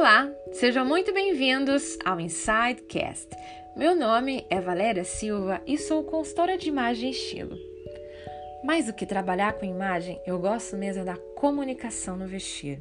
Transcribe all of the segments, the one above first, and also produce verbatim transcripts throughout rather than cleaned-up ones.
Olá, sejam muito bem-vindos ao Insidecast. Meu nome é Valéria Silva e sou consultora de imagem e estilo. Mais do que trabalhar com imagem, eu gosto mesmo da comunicação no vestir.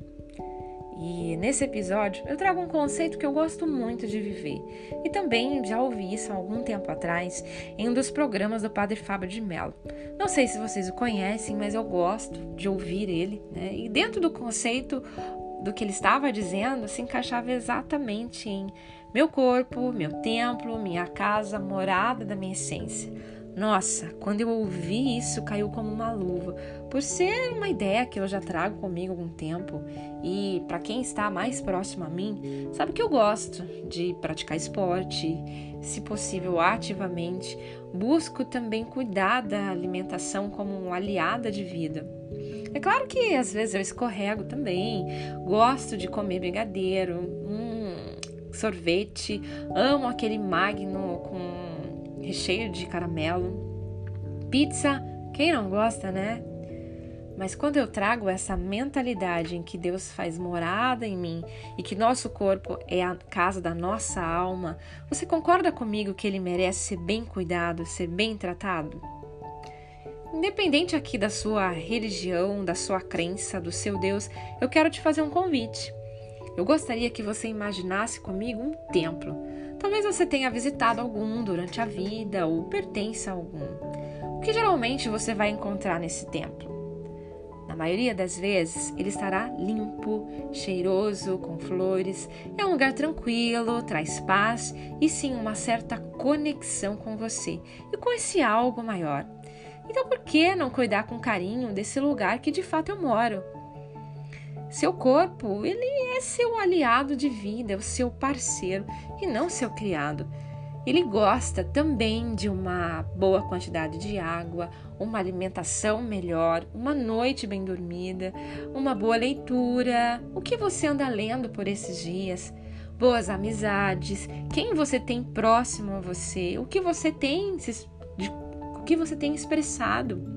E nesse episódio eu trago um conceito que eu gosto muito de viver. E também já ouvi isso há algum tempo atrás em um dos programas do Padre Fábio de Mello. Não sei se vocês o conhecem, mas eu gosto de ouvir ele, né? E dentro do conceito do que ele estava dizendo, se encaixava exatamente em meu corpo, meu templo, minha casa, morada da minha essência. Nossa, quando eu ouvi isso, caiu como uma luva, por ser uma ideia que eu já trago comigo há algum tempo. E para quem está mais próximo a mim, sabe que eu gosto de praticar esporte, se possível ativamente. Busco também cuidar da alimentação como uma aliada de vida. É claro que às vezes eu escorrego também, gosto de comer brigadeiro, hum, sorvete, amo aquele magno com recheio de caramelo, pizza, quem não gosta, né? Mas quando eu trago essa mentalidade em que Deus faz morada em mim e que nosso corpo é a casa da nossa alma, você concorda comigo que ele merece ser bem cuidado, ser bem tratado? Independente aqui da sua religião, da sua crença, do seu Deus, eu quero te fazer um convite. Eu gostaria que você imaginasse comigo um templo. Talvez você tenha visitado algum durante a vida ou pertença a algum. O que geralmente você vai encontrar nesse templo? Na maioria das vezes, ele estará limpo, cheiroso, com flores. É um lugar tranquilo, traz paz e sim uma certa conexão com você e com esse algo maior. Então, por que não cuidar com carinho desse lugar que de fato eu moro? Seu corpo, ele é seu aliado de vida, é o seu parceiro e não seu criado. Ele gosta também de uma boa quantidade de água, uma alimentação melhor, uma noite bem dormida, uma boa leitura. O que você anda lendo por esses dias? Boas amizades, quem você tem próximo a você, o que você tem, o que você tem expressado.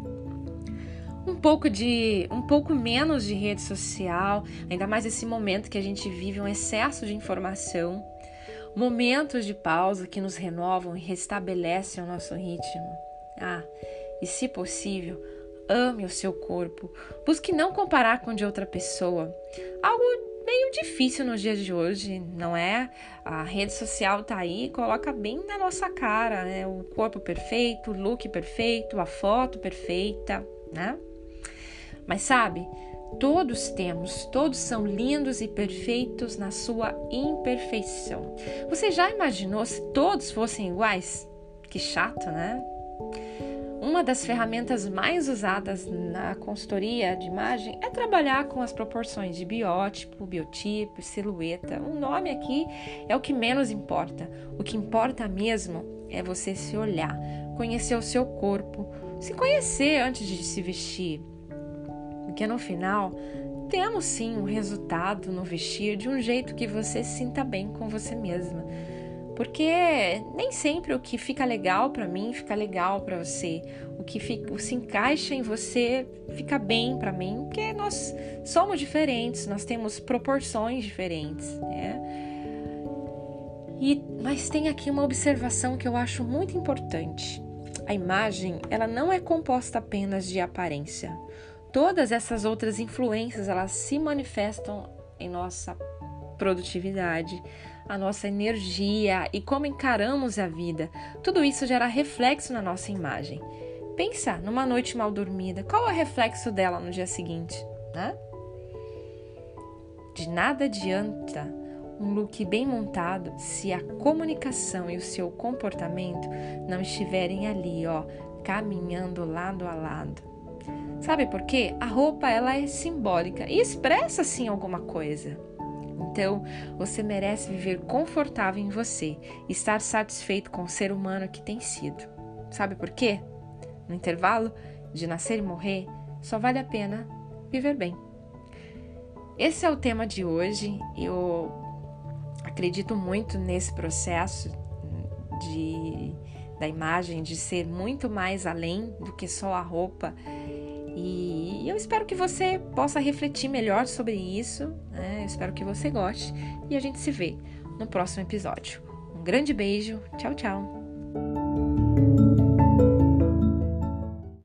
Um pouco de, um pouco menos de rede social, ainda mais esse momento que a gente vive um excesso de informação, momentos de pausa que nos renovam e restabelecem o nosso ritmo. Ah, e se possível, ame o seu corpo, busque não comparar com o de outra pessoa. Algo meio difícil nos dias de hoje, não é? A rede social tá aí e coloca bem na nossa cara, né? O corpo perfeito, o look perfeito, a foto perfeita, né? Mas sabe, todos temos, todos são lindos e perfeitos na sua imperfeição. Você já imaginou se todos fossem iguais? Que chato, né? Uma das ferramentas mais usadas na consultoria de imagem é trabalhar com as proporções de biótipo, biotipo, silhueta. O nome aqui é o que menos importa. O que importa mesmo é você se olhar, conhecer o seu corpo, se conhecer antes de se vestir. Porque no final, temos sim um resultado no vestir de um jeito que você se sinta bem com você mesma. Porque nem sempre o que fica legal para mim fica legal para você. O que fica, se encaixa em você fica bem para mim, porque nós somos diferentes, nós temos proporções diferentes, né? E, mas tem aqui uma observação que eu acho muito importante. A imagem, ela não é composta apenas de aparência. Todas essas outras influências, elas se manifestam em nossa produtividade, a nossa energia e como encaramos a vida. Tudo isso gera reflexo na nossa imagem. Pensa numa noite mal dormida, qual é o reflexo dela no dia seguinte, né? De nada adianta um look bem montado se a comunicação e o seu comportamento não estiverem ali, ó, caminhando lado a lado. Sabe por quê? A roupa, ela é simbólica e expressa, sim, alguma coisa. Então, você merece viver confortável em você, estar satisfeito com o ser humano que tem sido. Sabe por quê? No intervalo de nascer e morrer, só vale a pena viver bem. Esse é o tema de hoje. Eu acredito muito nesse processo de, da imagem, de ser muito mais além do que só a roupa. E eu espero que você possa refletir melhor sobre isso, né? Eu espero que você goste e a gente se vê no próximo episódio. Um grande beijo, tchau, tchau!